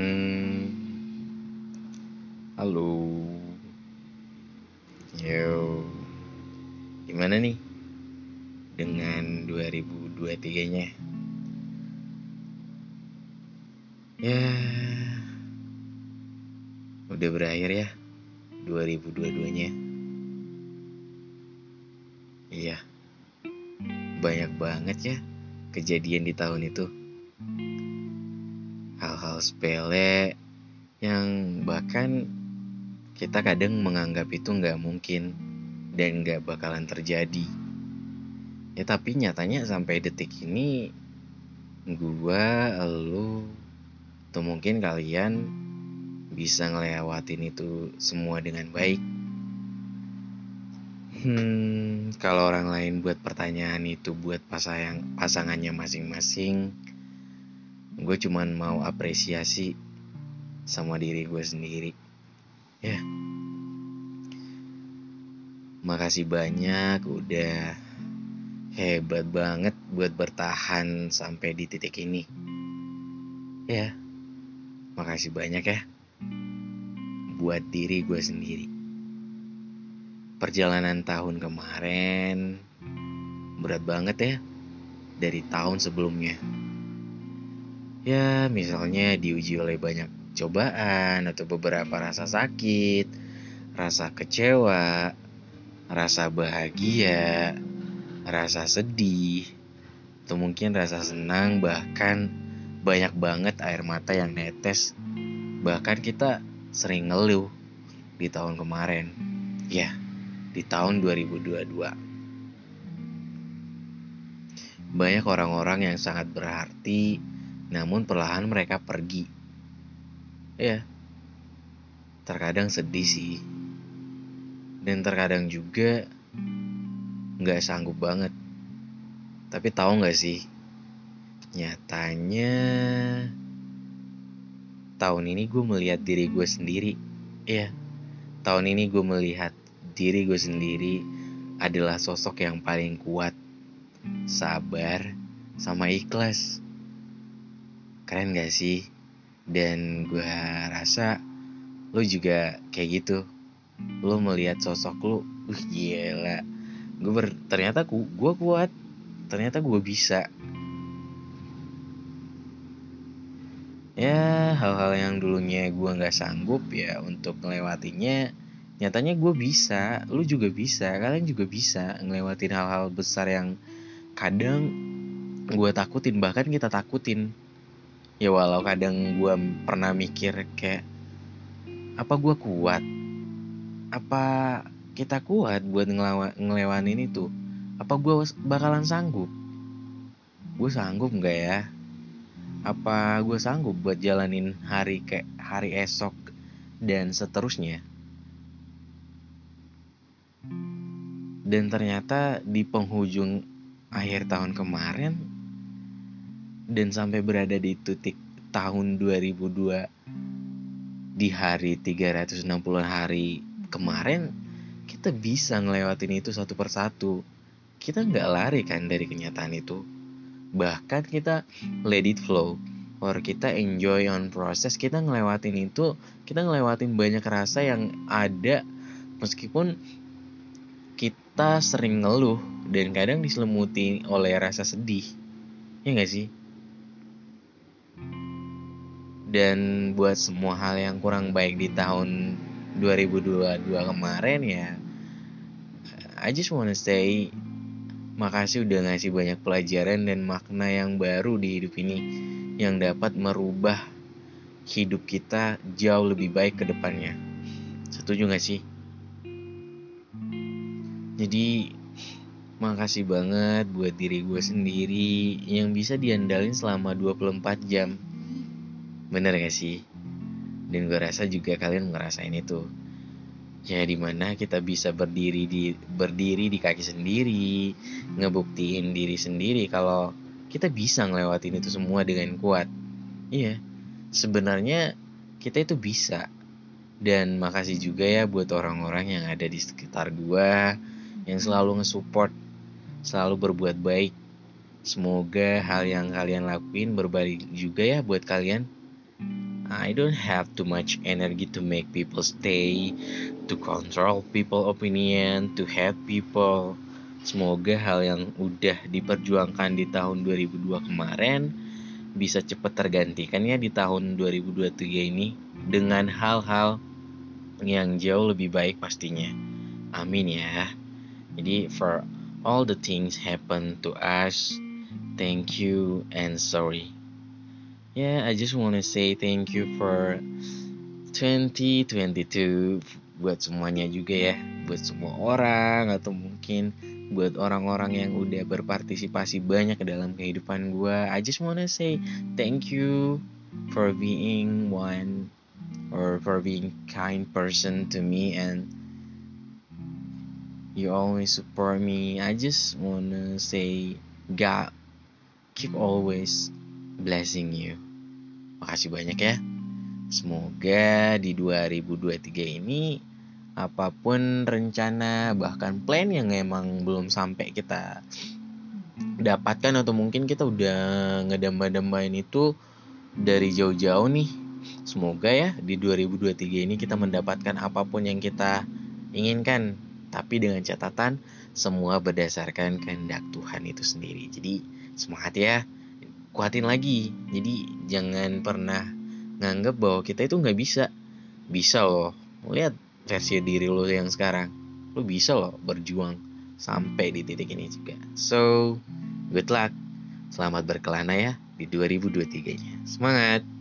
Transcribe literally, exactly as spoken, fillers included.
Hmm, halo, yo, gimana nih dengan dua ribu dua puluh tiga-nya? Ya, udah berakhir ya dua ribu dua puluh dua-nya. Iya, banyak banget ya kejadian di tahun itu. Hal-hal sepele yang bahkan kita kadang menganggap itu nggak mungkin dan nggak bakalan terjadi. Ya tapi nyatanya sampai detik ini gua, elu, atau mungkin kalian bisa ngelewatin itu semua dengan baik. Hmm, kalau orang lain buat pertanyaan itu buat pasang pasangannya masing-masing, gue cuman mau apresiasi sama diri gue sendiri. Ya, makasih banyak udah hebat banget buat bertahan sampai di titik ini. Ya, makasih banyak ya buat diri gue sendiri. Perjalanan tahun kemarin berat banget ya dari tahun sebelumnya. Ya, misalnya diuji oleh banyak cobaan atau beberapa rasa sakit, rasa kecewa, rasa bahagia, rasa sedih, atau mungkin rasa senang, bahkan banyak banget air mata yang netes. Bahkan kita sering ngeluh di tahun kemarin. Ya, di tahun dua ribu dua puluh dua. Banyak orang-orang yang sangat berarti, namun perlahan mereka pergi. Ya, terkadang sedih sih. Dan terkadang juga gak sanggup banget. Tapi tahu gak sih, nyatanya tahun ini gue melihat diri gue sendiri. Ya, tahun ini gue melihat diri gue sendiri adalah sosok yang paling kuat, sabar, sama ikhlas. Keren gak sih? Dan gue rasa lo juga kayak gitu. Lo melihat sosok lo, wih gila, gue ber, ternyata ku, gue kuat, ternyata gue bisa. Ya, hal-hal yang dulunya gue gak sanggup ya untuk melewatinya, nyatanya gue bisa. Lu juga bisa, kalian juga bisa ngelewatin hal-hal besar yang kadang gue takutin, bahkan kita takutin. Ya walau kadang gue pernah mikir kayak, apa gue kuat? Apa kita kuat buat ngelawa, ngelewatin itu? Apa gue bakalan sanggup? Gue sanggup gak ya? Apa gue sanggup buat jalanin hari kayak hari esok dan seterusnya? Dan ternyata di penghujung akhir tahun kemarin dan sampai berada di titik tahun dua ribu dua, di hari tiga ratus enam puluh hari kemarin, kita bisa ngelewatin itu satu persatu. Kita gak lari kan dari kenyataan itu. Bahkan kita let it flow, or kita enjoy on process. Kita ngelewatin itu, kita ngelewatin banyak rasa yang ada, meskipun kita sering ngeluh dan kadang diselimuti oleh rasa sedih. Ya gak sih? Dan buat semua hal yang kurang baik di tahun dua ribu dua puluh dua kemarin ya, I just wanna say makasih udah ngasih banyak pelajaran dan makna yang baru di hidup ini, yang dapat merubah hidup kita jauh lebih baik ke depannya. Setuju gak sih? Jadi makasih banget buat diri gue sendiri yang bisa diandalin selama dua puluh empat jam. Bener gak sih? Dan gue rasa juga kalian ngerasain itu. Ya dimana kita bisa berdiri di berdiri di kaki sendiri, ngebuktiin diri sendiri kalau kita bisa ngelewatin itu semua dengan kuat. Iya, sebenarnya kita itu bisa. Dan makasih juga ya buat orang-orang yang ada di sekitar gue, yang selalu nge-support, selalu berbuat baik. Semoga hal yang kalian lakuin berbalik juga ya buat kalian. I don't have too much energy to make people stay, to control people opinion, to hate people. Semoga hal yang udah diperjuangkan di tahun dua ribu dua kemarin bisa cepat tergantikan ya di tahun dua ribu dua puluh tiga ini dengan hal-hal yang jauh lebih baik pastinya. Amin ya. Jadi for all the things happen to us, thank you and sorry. Yeah, I just wanna say thank you for twenty twenty-two buat semuanya juga ya, buat semua orang atau mungkin buat orang-orang yang udah berpartisipasi banyak ke dalam kehidupan gue. I just wanna say thank you for being one or for being kind person to me and you always support me. I just wanna say God keep always blessing you. Makasih banyak ya. Semoga di dua ribu dua puluh tiga ini apapun rencana bahkan plan yang emang belum sampai kita dapatkan atau mungkin kita udah ngedamba-dambain itu dari jauh-jauh nih. Semoga ya di dua ribu dua puluh tiga ini kita mendapatkan apapun yang kita inginkan, tapi dengan catatan semua berdasarkan kehendak Tuhan itu sendiri. Jadi semangat ya, kuatin lagi. Jadi jangan pernah nganggep bahwa kita itu nggak bisa. Bisa loh. Lihat versi diri lo yang sekarang. Lo bisa loh berjuang sampai di titik ini juga. So, good luck. Selamat berkelana ya di dua ribu dua puluh tiga-nya. Semangat!